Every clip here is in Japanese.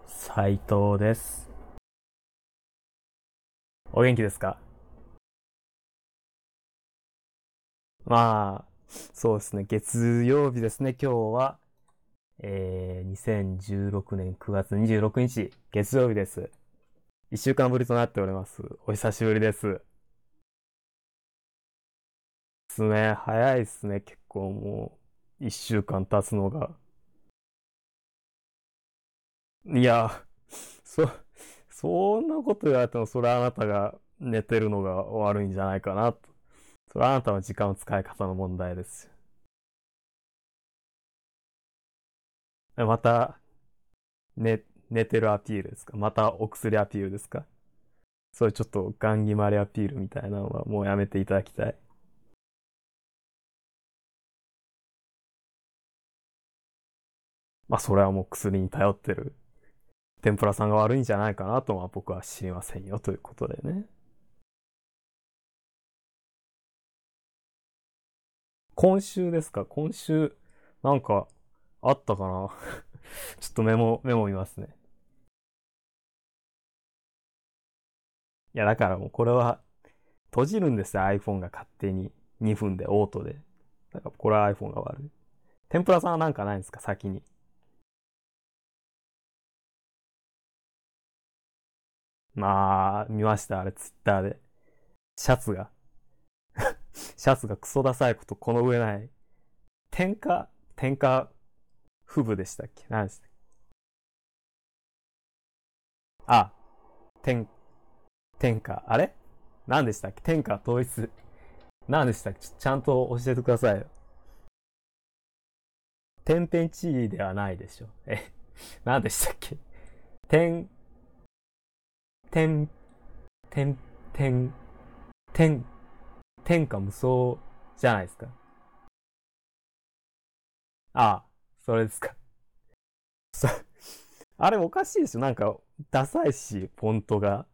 斉藤です。お元気ですか？まあ、そうですね。月曜日ですね。今日は、2016年9月26日、月曜日です。一週間ぶりとなっております。お久しぶりです。ですね。早いですね。結構もう、一週間経つのが。いや、そ、そんなこと言われても、それはあなたが寝てるのが悪いんじゃないかなと。それはあなたの時間の使い方の問題です。また、寝てるアピールですか？またお薬アピールですか？そういうちょっとガン決まりアピールみたいなのはもうやめていただきたい。まあそれはもう薬に頼ってる天ぷらさんが悪いんじゃないかなとは僕は知りませんよということでね。今週ですか？今週なんかあったかな？ちょっとメモ見ますね。いやだからもうこれは閉じるんですよ iPhone が勝手に2分でオートで。だからこれは iPhone が悪い。天ぷらさんはなんかないんですか先に？まあ見ましたあれツイッターで。シャツがシャツがクソダサいことこの上ない。天下不部でしたっけ？何でしたっけ？あ、天、天下、あれ何でしたっけ？天下統一。何でしたっけ？ちゃんと教えてくださいよ。天変地異ではないでしょ。何でしたっけ？天、天、天、天、天、天下無双じゃないですか。ああ、それですか。あれおかしいでしょ？なんか、ダサいし、フォントが。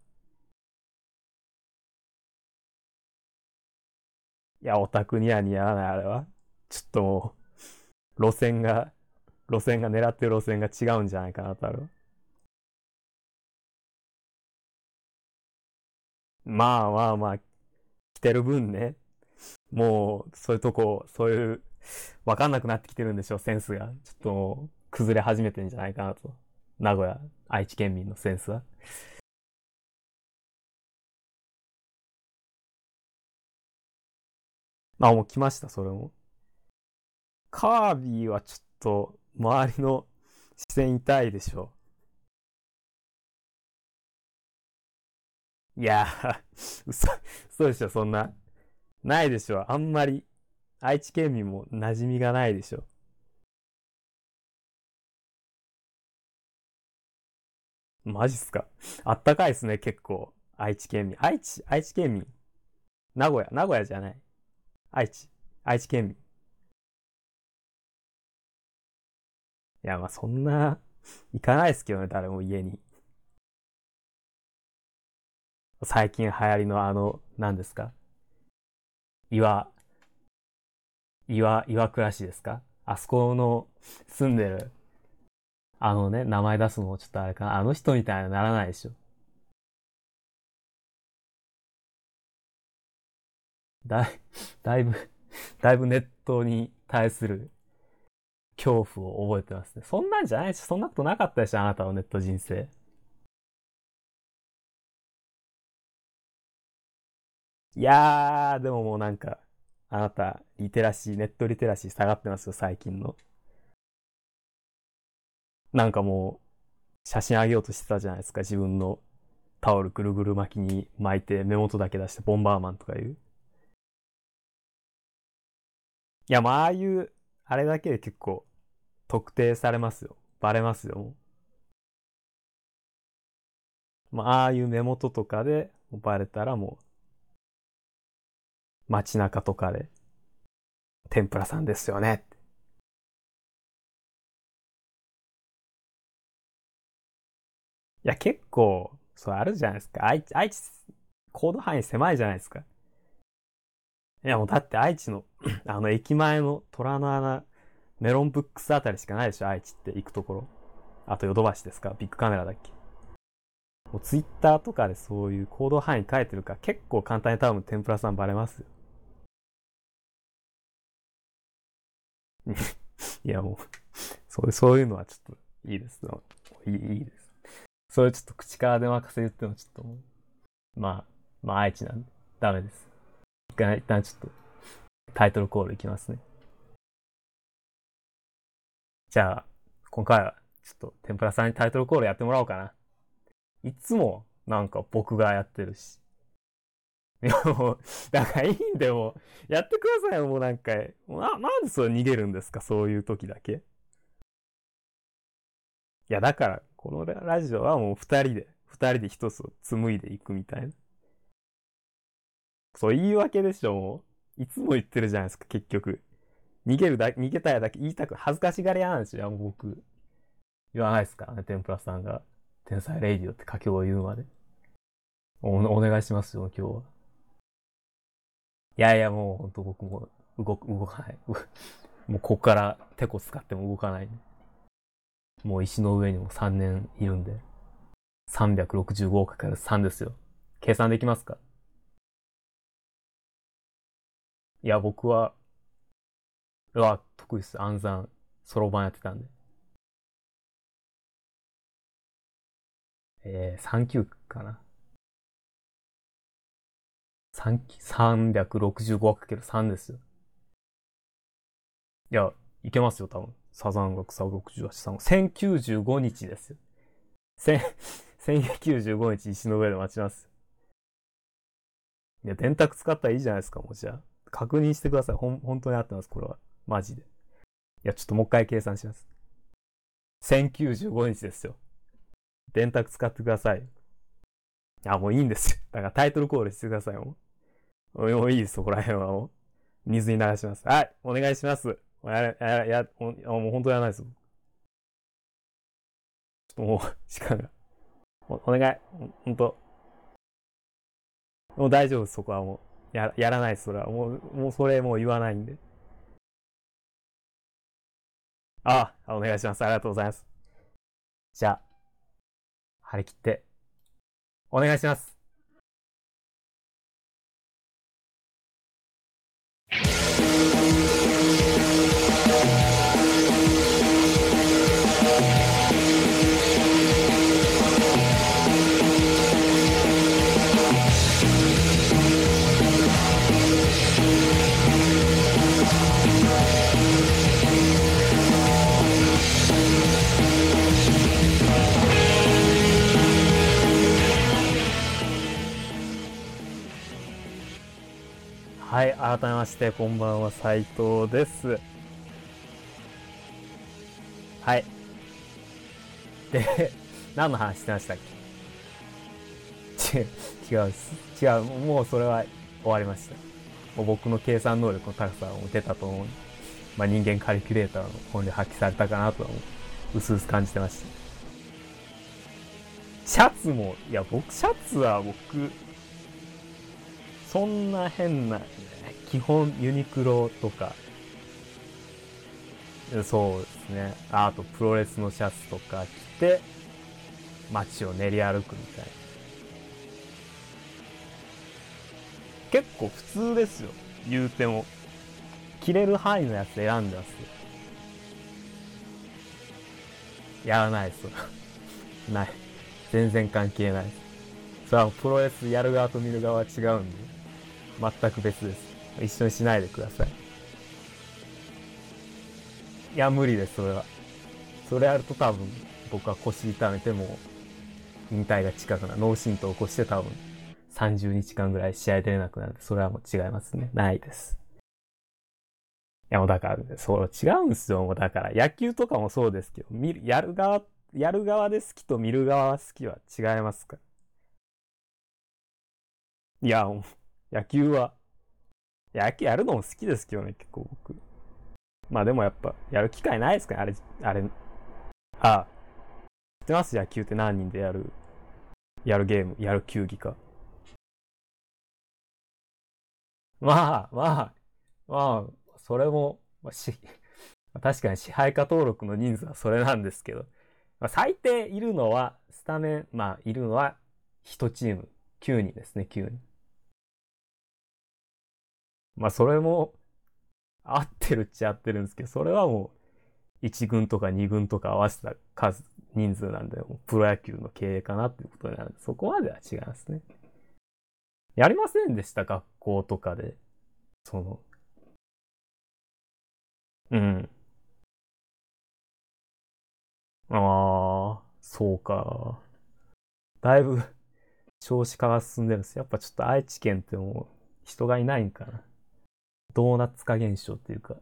いや、オタクには似合わない、あれは。ちょっともう、路線が狙ってる路線が違うんじゃないかなとある。まあまあまあ、来てる分ね、もう、そういうとこ、そういう、わかんなくなってきてるんでしょ、センスが。ちょっともう、崩れ始めてんじゃないかなと。名古屋、愛知県民のセンスは。あ、もう来ました、それも。カービィはちょっと、周りの視線痛いでしょ。いやー、嘘でしょ、そんな。ないでしょ、あんまり。愛知県民も馴染みがないでしょ。マジっすか？あったかいっすね、結構。愛知県民。愛知県民。名古屋じゃない。愛知、愛知県民。いや、まあそんな、行かないですけどね、誰も家に。最近流行りの何ですか？岩、岩倉市ですか？あそこの住んでる、名前出すのもちょっとあれかな。あの人みたいにならないでしょ。だい、だいぶ、だいぶネットに対する恐怖を覚えてますね。そんなんじゃないし、そんなことなかったでしょ、あなたのネット人生。いやー、でももうなんか、あなた、ネットリテラシー下がってますよ、最近の。なんかもう、写真あげようとしてたじゃないですか、自分のタオルぐるぐる巻きに巻いて目元だけ出してボンバーマンとかいう。いや、まあ、ああいう、あれだけで結構特定されますよ。バレますよ。まあ、ああいう目元とかでバレたらもう街中とかで、天ぷらさんですよね。いや、結構、そうあるじゃないですか。愛知、行動範囲狭いじゃないですか。いや、もうだって愛知の駅前の虎の穴、メロンブックスあたりしかないでしょ、愛知って行くところ。 あとヨドバシですか、ビッグカメラだっけ。もうツイッターとかでそういう行動範囲書いてるから結構簡単に多分天ぷらさんバレますよ。いやもうそういうのはちょっといいです。いいです。それちょっと口から出まかせ言ってもちょっともう、まあ愛知なんでダメです。一旦ちょっとタイトルコールいきますね。じゃあ、今回はちょっと天ぷらさんにタイトルコールやってもらおうかな。いつもなんか僕がやってるし。いやもう、だからいいんでもう、やってくださいよ、もうなんか。なんでそれ逃げるんですか、そういう時だけ。いや、だから、このラジオはもう二人で一つを紡いでいくみたいな。そう言い訳でしょ、もう。いつも言ってるじゃないですか、結局。逃げたいだけ言いたく、恥ずかしがり屋なんですよ、もう僕。言わないですからね、天ぷらさんが。天才レイディオって書きを言うまで。お願いしますよ、今日は。いやいや、もうほんと僕も動かない。もうここからテコ使っても動かない、ね。もう石の上にも3年いるんで。365×3 ですよ。計算できますか？いや、僕は、得意です。暗算、そろばんやってたんで。3級かな。365×3 ですよ。いや、いけますよ、多分。サザン学368、1095日ですよ。1095日石の上で待ちます。いや、電卓使ったらいいじゃないですか、もうじゃあ。確認してください。本当に合ってます、これは。マジで。いや、ちょっともう一回計算します。1095日ですよ。電卓使ってください。もういいんですよ。だからタイトルコールしてください、もういいです、そこら辺はもう。水に流します。はい、お願いします。もう本当やらないです。ちょっともう、時間が。お願い。本当。もう大丈夫です、そこはもう。やらないです、それは。もうそれもう言わないんで。お願いします。ありがとうございます。じゃあ、張り切って、お願いします。はい、改めまして、こんばんは、斉藤です。はい。で、何の話してましたっけ？違うです。違う、もうそれは終わりました。もう僕の計算能力の高さはもう出たと思う。人間カリキュレーターの本領発揮されたかなとはうすうす感じてました。シャツも、いや、シャツはそんな変な、基本ユニクロとか、そうですね。あとプロレスのシャツとか着て、街を練り歩くみたいな。結構普通ですよ。言うても。着れる範囲のやつ選んでますよ。やらないです。ない。全然関係ないです。それはプロレスやる側と見る側は違うんで、全く別です。一緒にしないでください。いや、無理です、それは。それやると多分、僕は腰痛めても、引退が近くなる。脳震盪を起こして多分、30日間ぐらい試合出れなくなる。それはもう違いますね。ないです。いやもうだから、そう違うんですよ。もうだから、野球とかもそうですけど、やる側で好きと見る側は好きは違いますから。いや、もう、野球やるのも好きですけどね、結構僕。でもやっぱ、やる機会ないですかね、あれ。あ、知ってます？野球って何人でやるゲーム、やる球技か。まあ、まあ、それも、確かに支配下登録の人数はそれなんですけど、 まあ、最低いるのは、スタメン、まあ、いるのは、1チーム、9人ですね、9人。まあ、それも、合ってるっちゃ合ってるんですけど、それはもう、1軍とか2軍とか合わせた人数なんで、もうプロ野球の経営かなっていうことになるんで、そこまでは違いますね。やりませんでした、学校とかで。その、うん。ああ、そうか。だいぶ少子化が進んでるんです。やっぱちょっと愛知県ってもう人がいないんかな。ドーナツ化現象っていうか。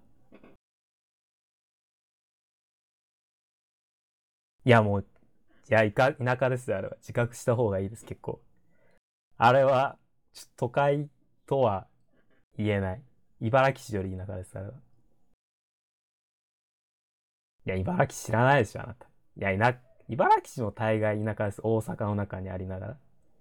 いやもう、いや、田舎ですよ、あれは。自覚した方がいいです、結構。あれは、都会とは言えない。茨城市より田舎です、あれは。いや、茨城知らないでしょ、あなた。いや、茨城市も大概田舎です。大阪の中にありながら。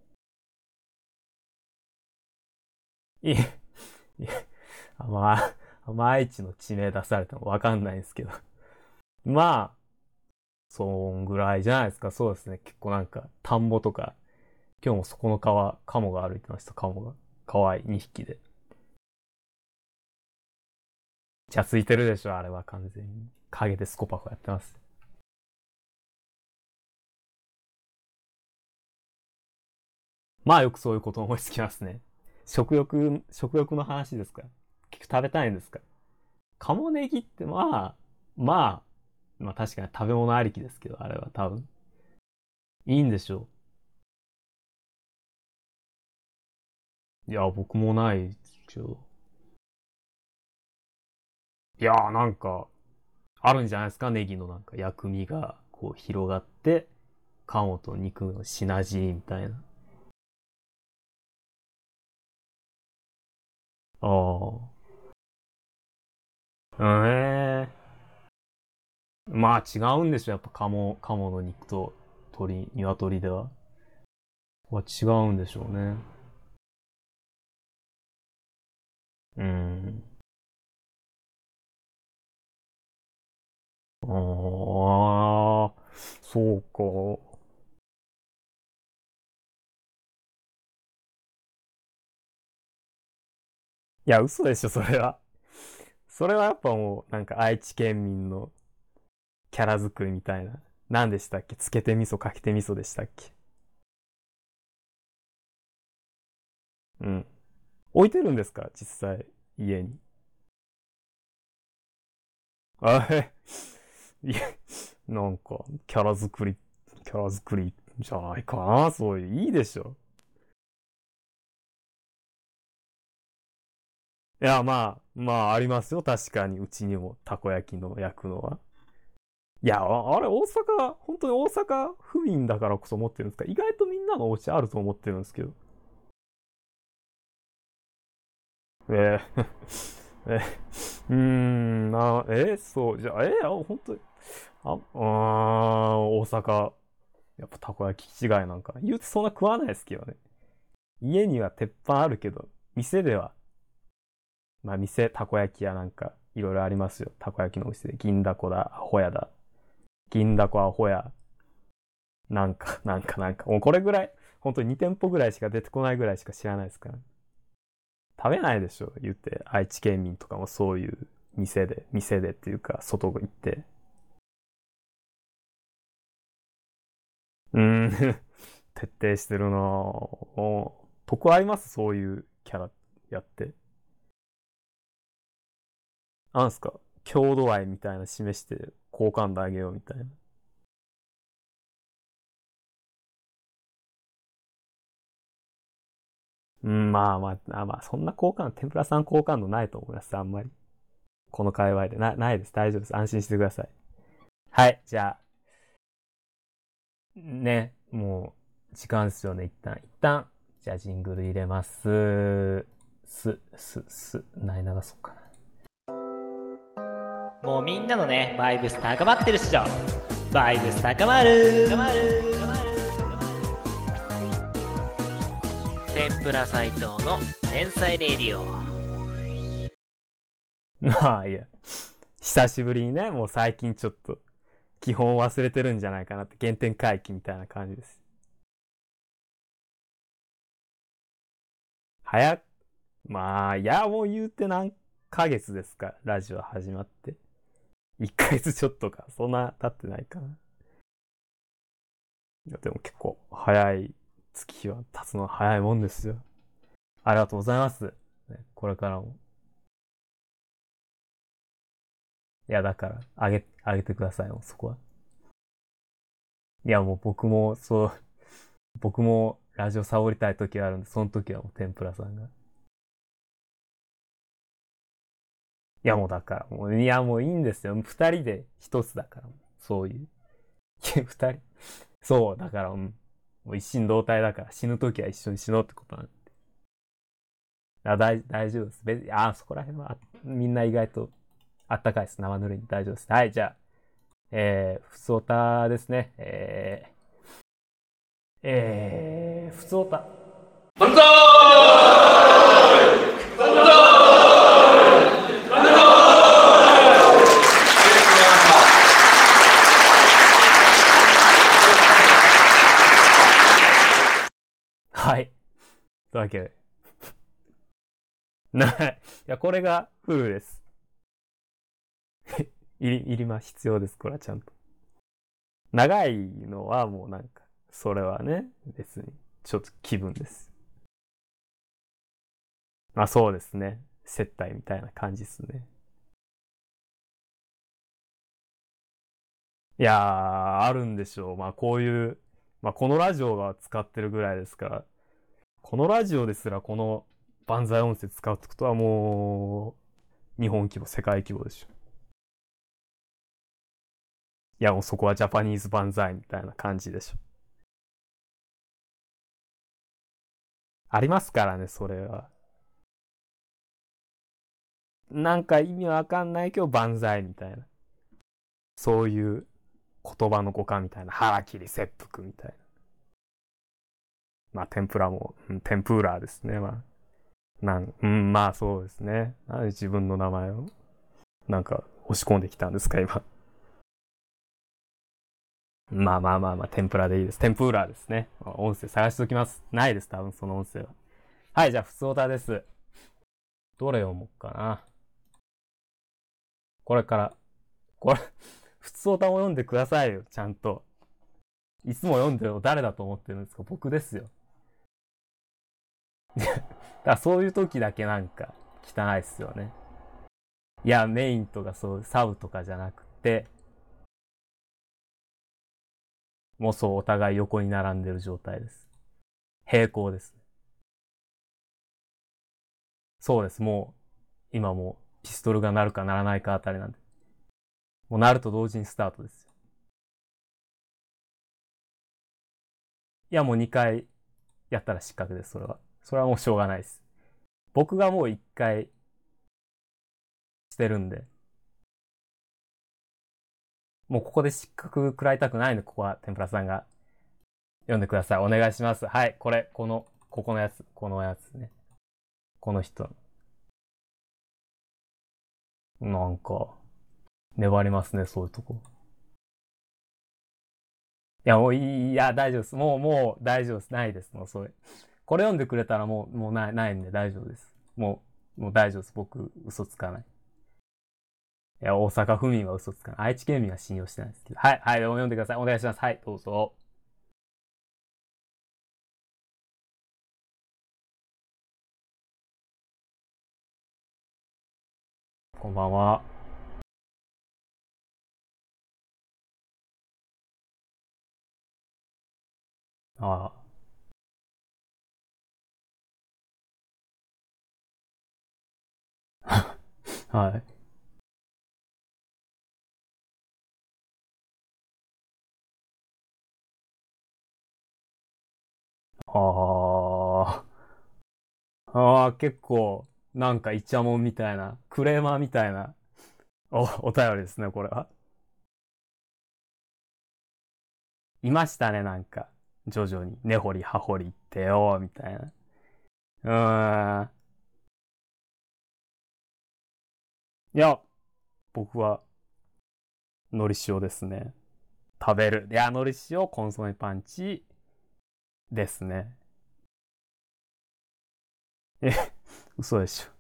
いえ、いえ、愛知の地名出されてもわかんないんですけど。まあ、そんぐらいじゃないですか。そうですね。結構なんか、田んぼとか、今日もそこのカモが歩いてました、カモが。かわいい、2匹で。じゃついてるでしょ、あれは完全に。影でスコパコやってます。まあよくそういうこと思いつきますね。食欲の話ですか？結局食べたいんですか？カモネギってままあ確かに食べ物ありきですけど、あれは多分。いいんでしょう。いや、僕もないけど。いやなんか、あるんじゃないですか、ネギのなんか薬味がこう広がって、カモと肉のシナジーみたいな。ああ。ええまあ違うんでしょ、やっぱカモの肉と鶏では。違うんでしょうね。うん。ああ、そうか。いや、嘘でしょ、それは。それはやっぱもう、なんか愛知県民のキャラ作りみたいな。何でしたっけ？つけて味噌、かけて味噌でしたっけ？うん。置いてるんですか実際、家に。あれいや、なんか、キャラ作りじゃないかな。そういう、いいでしょ。いや、まあ、ありますよ。確かに、うちにもたこ焼きの焼くのは。いや、あれ、本当に大阪府民だからこそ思ってるんですか？意外とみんなのお家あると思ってるんですけど。えー、えそう、じゃあ、本当に、大阪、やっぱたこ焼き違いなんかな。言うてそんな食わないですけどね。家には鉄板あるけど、店では、まあたこ焼き屋なんか、いろいろありますよ。たこ焼きのお店で。銀だこだ、アホやだ。銀だこアホや。もうこれぐらい、本当に2店舗ぐらいしか出てこないぐらいしか知らないですから。食べないでしょ、言って。愛知県民とかもそういう店でっていうか、外行って。うーん徹底してるなぁ。得ありますそういうキャラやって。なんすか郷土愛みたいな示して好感度上げようみたいな。うん、そんな天ぷらさん好感度ないと思います、あんまり。この界隈で。ないです。大丈夫です。安心してください。はい、じゃあ、ね、もう、時間ですよね、一旦。じゃあ、ジングル入れます。流そうかな。もうみんなのね、バイブス高まってるっしょ。バイブス高まる天ぷら斎藤の天才レディオ。まあいや、久しぶりにね、もう最近ちょっと基本忘れてるんじゃないかなって、原点回帰みたいな感じです。早く、まあ、いや、もう言うて何ヶ月ですか、ラジオ始まって。1ヶ月ちょっとか、そんな経ってないかな。いや、でも結構早い、月日は経つのは早いもんですよ。ありがとうございます。ね、これからも。いや、だから、あげてくださいよ、そこは。いや、もう僕も、そう、僕もラジオサボりたい時があるんで、その時はもう天ぷらさんが。いや、もうだから、もう、いや、もういいんですよ。二人で一つだから、そういう。いや、二人。そう、だから、もう一心同体だから、死ぬ時は一緒に死のうってことなんで。大丈夫です。別に、そこら辺は、みんな意外とあったかいです。生ぬるいんで大丈夫です。はい、じゃあ、ふつおたですね。ふつおた。万歳万はい。というわけで。いや、これがフルです。いります。必要です。これはちゃんと。長いのはもうなんか、それはね、別に、ちょっと気分です。まあそうですね。接待みたいな感じですね。いやー、あるんでしょう。まあこういう、まあこのラジオが使ってるぐらいですから、このラジオですらこの万歳音声使うってことはもう、日本規模、世界規模でしょ。いやもうそこはジャパニーズ万歳みたいな感じでしょ。ありますからね、それは。なんか意味わかんないけど万歳みたいな。そういう言葉の語感みたいな。腹切り切腹みたいな。まあ天ぷらも、天ぷらですね。まあ。まあそうですね。なんで自分の名前をなんか押し込んできたんですか、今。まあ、天ぷらでいいです。天ぷらですね。音声探しておきます。ないです、多分その音声は。はい、じゃあ、普通オタです。どれ読もうかな。これから。これ、普通オタも読んでくださいよ、ちゃんと。いつも読んでるの誰だと思ってるんですか？僕ですよ。だからそういう時だけなんか汚いっすよね。いや、メインとかそう、サブとかじゃなくて、もうそうお互い横に並んでる状態です。平行です。そうです。もう、今もうピストルが鳴るか鳴らないかあたりなんで。もう鳴ると同時にスタートですよ。いや、もう2回やったら失格です、それは。それはもうしょうがないです。僕がもう1回してるんで、もうここで失格食らいたくないんで、ここは天ぷらさんが読んでください。お願いします。はい、ここのやつ、このやつね。この人。なんか、粘りますね、そういうとこ。いや、もういや、大丈夫です。もう大丈夫です。ないです。もうそれ。これ読んでくれたらもうないんで大丈夫です。もう大丈夫です。僕、嘘つかない。いや、大阪府民は嘘つかない。愛知県民は信用してないですけど。はい、はい、読んでください。お願いします。はい、どうぞ。こんばんは。ああ。はい。ああ。ああ、結構、なんかイチャモンみたいな、クレーマーみたいな、お便りですね、これは。いましたね、なんか。徐々に、根掘り葉掘り言ってよ、みたいな。うーん。いや、僕は、のりしおですね。 食べる。いや、のり塩、コンソメパンチですね。え、嘘でしょ。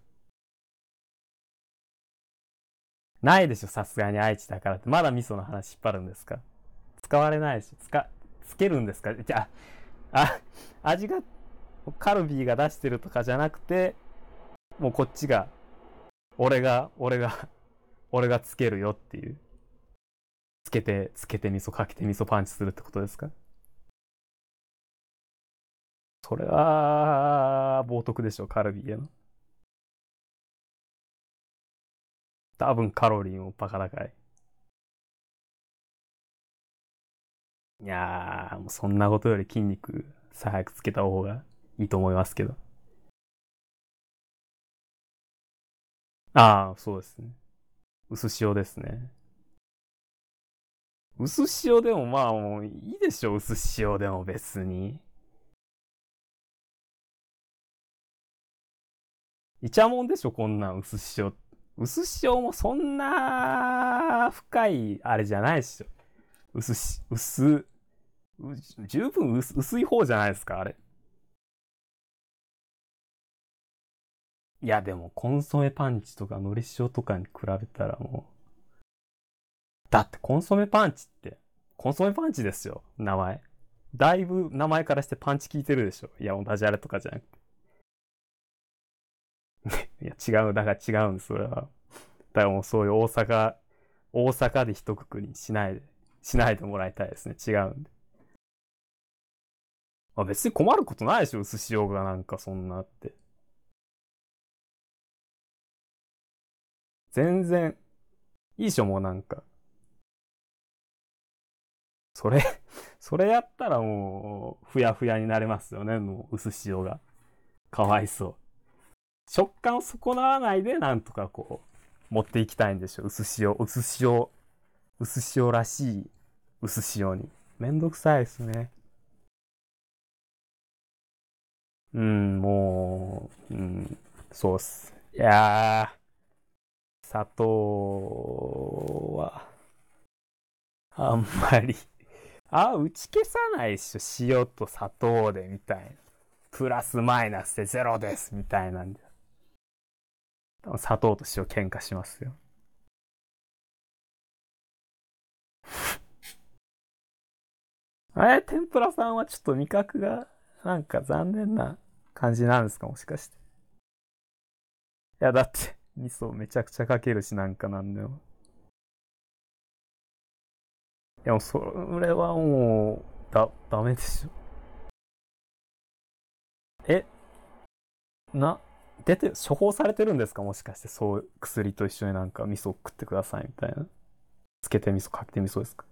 ないでしょ、さすがに愛知だからって。まだ味噌の話引っ張るんですか？使われないでしょ。つけるんですか？じゃあ、味が、カルビーが出してるとかじゃなくて、もうこっちが、俺が、俺が、俺がつけるよっていう。つけて味噌かけて味噌パンチするってことですか？それは、冒涜でしょ、カルビーへの。多分カロリーもバカ高い。いやー、もうそんなことより筋肉さ早くつけた方がいいと思いますけど。ああ、そうですね。薄塩ですね。薄塩でもまあもういいでしょ、薄塩でも別に。イチャモンでしょ、こんなん薄塩。薄塩もそんな深いあれじゃないでしょ。薄し、薄、十分薄い方じゃないですか、あれ。いや、でも、コンソメパンチとかのり塩とかに比べたらもう。だって、コンソメパンチって、コンソメパンチですよ、名前。だいぶ名前からしてパンチ効いてるでしょ。いや、ダジャレとかじゃなくて。いや、違う、だから違うんです、それは。だからもうそういう大阪で一括りにしないでもらいたいですね。違うんで。まあ、別に困ることないでしょ、薄塩がなんかそんなって。全然、いいでしょ、もうなんか。それそれやったらもう、ふやふやになれますよね、もう、薄塩が。かわいそう。食感を損なわないで、なんとかこう、持っていきたいんでしょ、薄塩らしい薄塩に。めんどくさいですね。うん、もう、うん、そうっす。いやー、砂糖は、あんまり打ち消さないっしょ。塩と砂糖でみたいな。プラスマイナスでゼロですみたいなんで。砂糖と塩喧嘩しますよ。天ぷらさんはちょっと味覚がなんか残念な感じなんですか、もしかして。いや、だって味噌めちゃくちゃかけるしなんかなんだよ。いや、もうそれはもう、ダメでしょ。え、な、処方されてるんですか、もしかして。そう、薬と一緒になんか味噌食ってくださいみたいな。つけて味噌、かけて味噌ですか？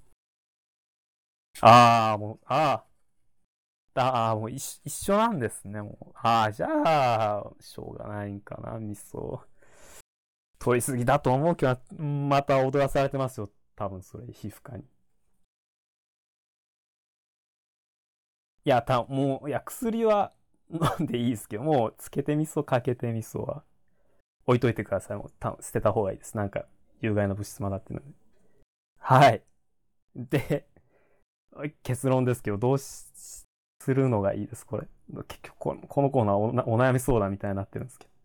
ああ、もう、もう一緒なんですね、もう。じゃあ、しょうがないんかな、味噌。取りすぎだと思うけど、また踊らされてますよ。多分それ、皮膚科に。いや、もう、いや、薬は飲んでいいですけど、もう、つけて味噌、かけて味噌は、置いといてください。もう、捨てた方がいいです。なんか、有害な物質混ざってるので。はい。で、結論ですけど、どうするのがいいです、これ。結局、このコーナーお悩み相談みたいになってるんですけど。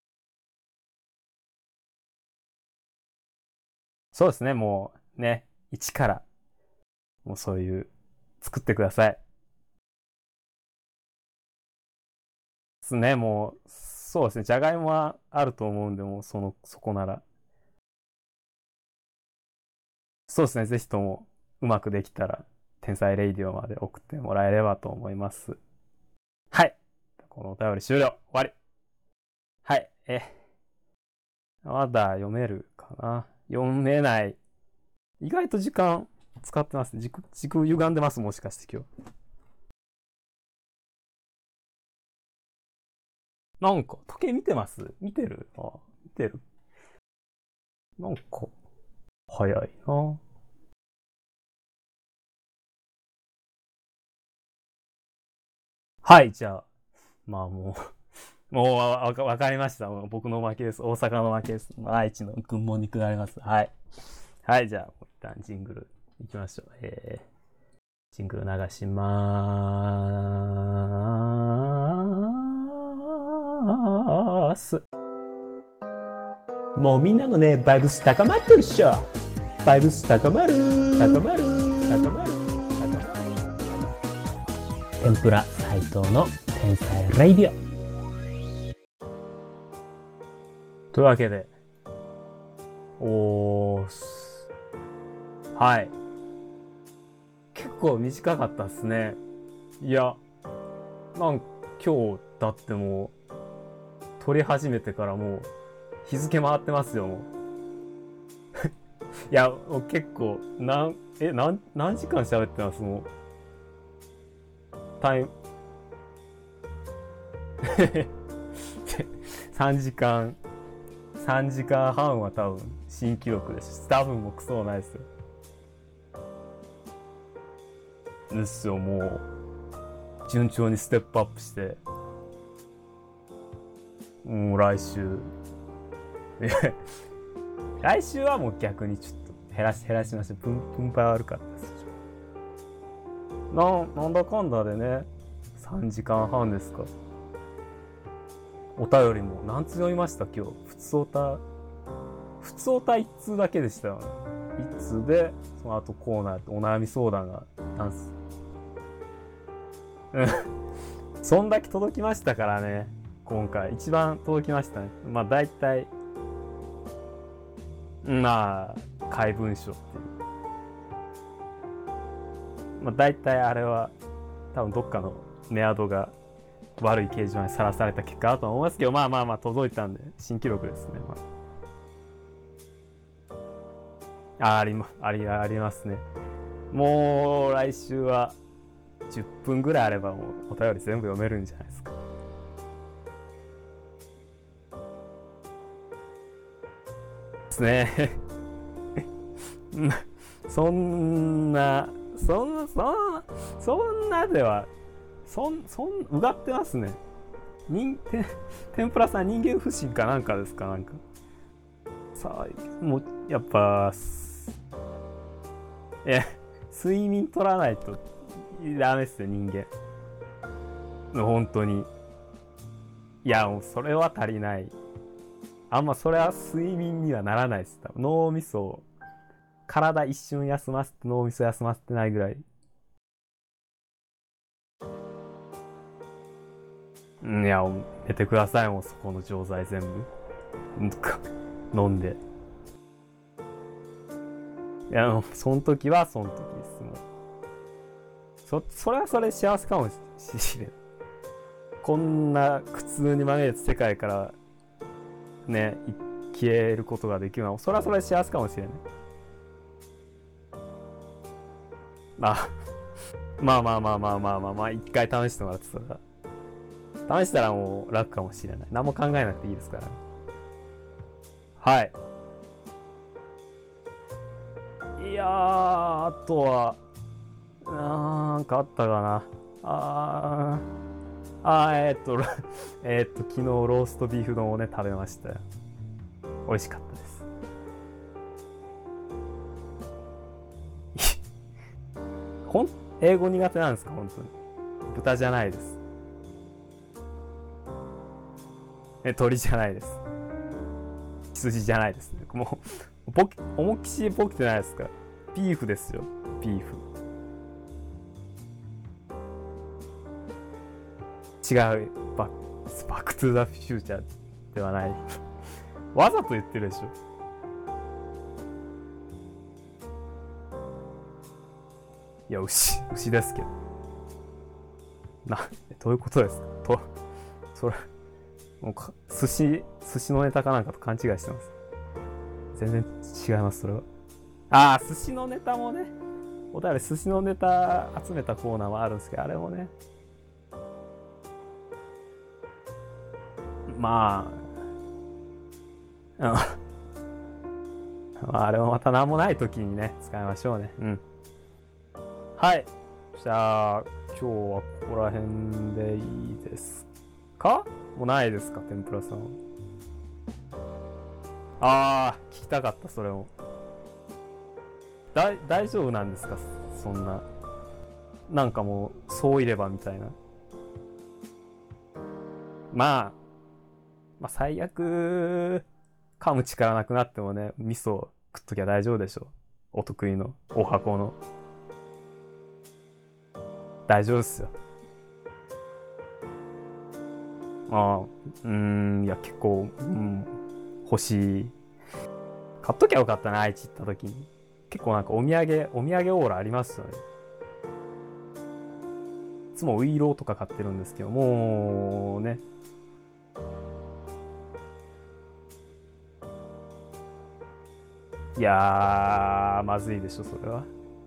そうですね、もう、ね、一から、もうそういう、作ってください。ですね、もう、そうですね、じゃがいもはあると思うんで、もう、そこなら。そうですね、ぜひとも、うまくできたら、天才レイディオまで送ってもらえればと思います。はい。このお便り終了。終わり。はい。まだ読めるかな。読めない。意外と時間使ってます。軸歪んでます、もしかして今日。なんか、時計見てます？見てる？見てる。なんか、早いな。はい、じゃあ、まあもう、もうわかりました。もう僕の負けです。大阪の負けです。愛知の軍門に下ります。はい。はい、じゃあ、一旦ジングル。 行きましょう。ジングル流しまーす。もうみんなのね、バイブス高まってるっしょ。バイブス高まる高まる高まる。天ぷら斉藤の天才レイディオ。というわけで、はい。結構短かったっすね。いや、今日だってもう、撮り始めてからもう、日付回ってますよ、もう。いや、もう結構、何時間喋ってます、もう。タイム、3時間半は多分、新記録ですし、多分もうクソないですよ。ですよ、もう、順調にステップアップして、もう来週、来週はもう逆にちょっと減らしました。分配悪かったです。なんだかんだでね、3時間半ですか。お便りも何通読みました今日。普通おた1通だけでしたよね。1通で、その後コーナーお悩み相談がダンス。そんだけ届きましたからね。今回一番届きましたね。まあ大体、まあ怪文書っていう。まあ大体あれは多分どっかのメアドが悪い掲示板にさらされた結果だと思いますけど、まあ届いたんで新記録ですね。ありますね。もう来週は10分ぐらいあればもうお便り全部読めるんじゃないですか。ですね。そんなでは、うがってますね。天ぷらさん人間不信かなんかですか、なんか。さあ、もう、やっぱ、睡眠取らないとダメっすよ、人間。本当に。いや、もうそれは足りない。あんまそれは睡眠にはならないっす。脳みそ、体一瞬休ませて脳みそ休ませてないぐらい。いや、寝てください、もうそこの錠剤全部。飲んで。いや、その時はその時です。もうそれはそれ幸せかもしれん。こんな苦痛にまみれた世界からね、消えることができるのは、それはそれ幸せかもしれない。まあ、一回試してもらってたら。試したらもう楽かもしれない。何も考えなくていいですからね。はい。いやー、あとは、なんかあったかな。昨日ローストビーフ丼をね、食べましたよ。美味しかったです。英語苦手なんですか、本当に。豚じゃないです。鳥じゃないです。羊じゃないですね。もう、思いっきしボケてないですか。ビーフですよ、ビーフ。違う、バックトゥーザフューチャーではない。わざと言ってるでしょ。いや、牛ですけど。どういうことですかそれ、もう寿司のネタかなんかと勘違いしてます。全然違います、それは。寿司のネタもね、お便り寿司のネタ集めたコーナーもあるんですけど、あれもね、まあ、あれもまた何もない時にね、使いましょうね。うん。はい。じゃあ、今日はここら辺でいいですか？もうないですか、天ぷらさんは。聞きたかった、それも。 大丈夫なんですか、そんな。なんかもう、そういればみたいな。まあ最悪、噛む力なくなってもね、味噌食っときゃ大丈夫でしょ。お得意の、お箱の。大丈夫っすよ。いや、結構、欲しい。買っときゃよかったな、愛知行った時に。結構なんかお土産オーラありますよね。いつもウイローとか買ってるんですけど、もうね。いやー、まずいでしょ、それは。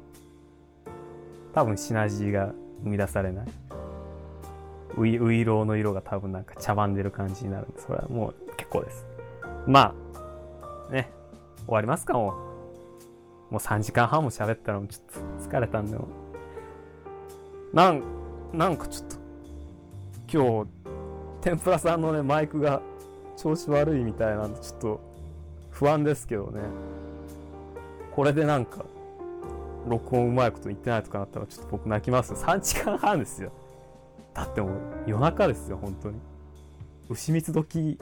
多分シナジーが生み出されない。ウイローの色が多分なんか茶番でる感じになるんで、それはもう結構です。まあ、ね、終わりますか、もう3時間半も喋ったのもちょっと疲れたんで、なんかちょっと、今日、天ぷらさんのね、マイクが調子悪いみたいなんで、ちょっと不安ですけどね。これでなんか、録音うまいこと言ってないとかなったらちょっと僕泣きますよ。3時間半ですよ。だってもう夜中ですよ、本当に。牛蜜時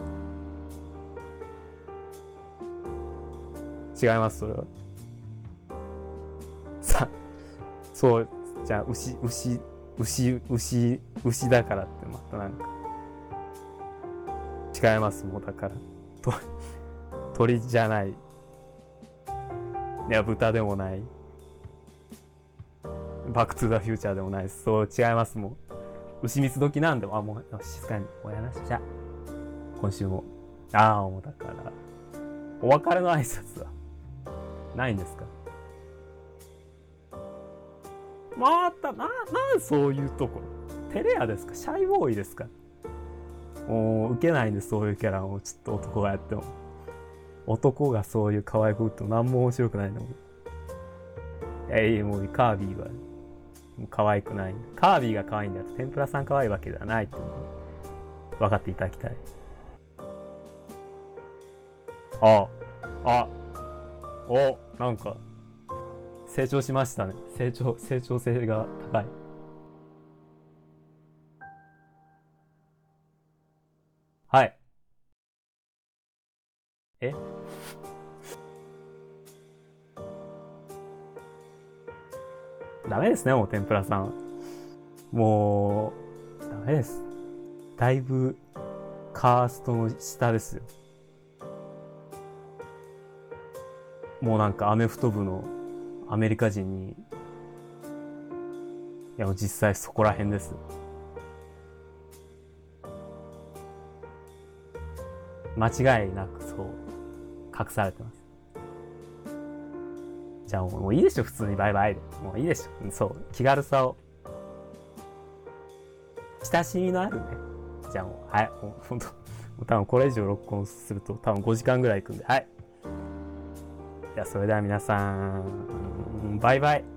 違います、それは。そう、じゃあ牛だからってまたなんか違います、もうだから鳥じゃない。いや、豚でもない。バックトゥザフューチャーでもないです。そう、違います、もう。牛蜜時なんで、もう静かにおやなし。じゃ今週も。もうだから、お別れの挨拶はないんですか？なんそういうところ。テレアですか？シャイボーイですか？もう、受けないんで、そういうキャラを、ちょっと男がやっても。男がそういう可愛く打っても何も面白くないの。もうカービィは、もう可愛くない。カービィが可愛いんだと、天ぷらさん可愛いわけではないっていうのを分かっていただきたい。なんか、成長しましたね。成長性が高い。はい。えダメですね、もう天ぷらさん。もう、ダメです。だいぶ、カーストの下ですよ。もうなんかアメフト部のアメリカ人に、いやもう実際そこら辺です。間違いなくそう、隠されてます。じゃあもういいでしょ、普通にバイバイで。もういいでしょ。そう、気軽さを。親しみのあるね。じゃあもう、はい、もうほんと、多分これ以上録音すると多分5時間ぐらいいくんで、はい。じゃあそれでは皆さん、バイバイ。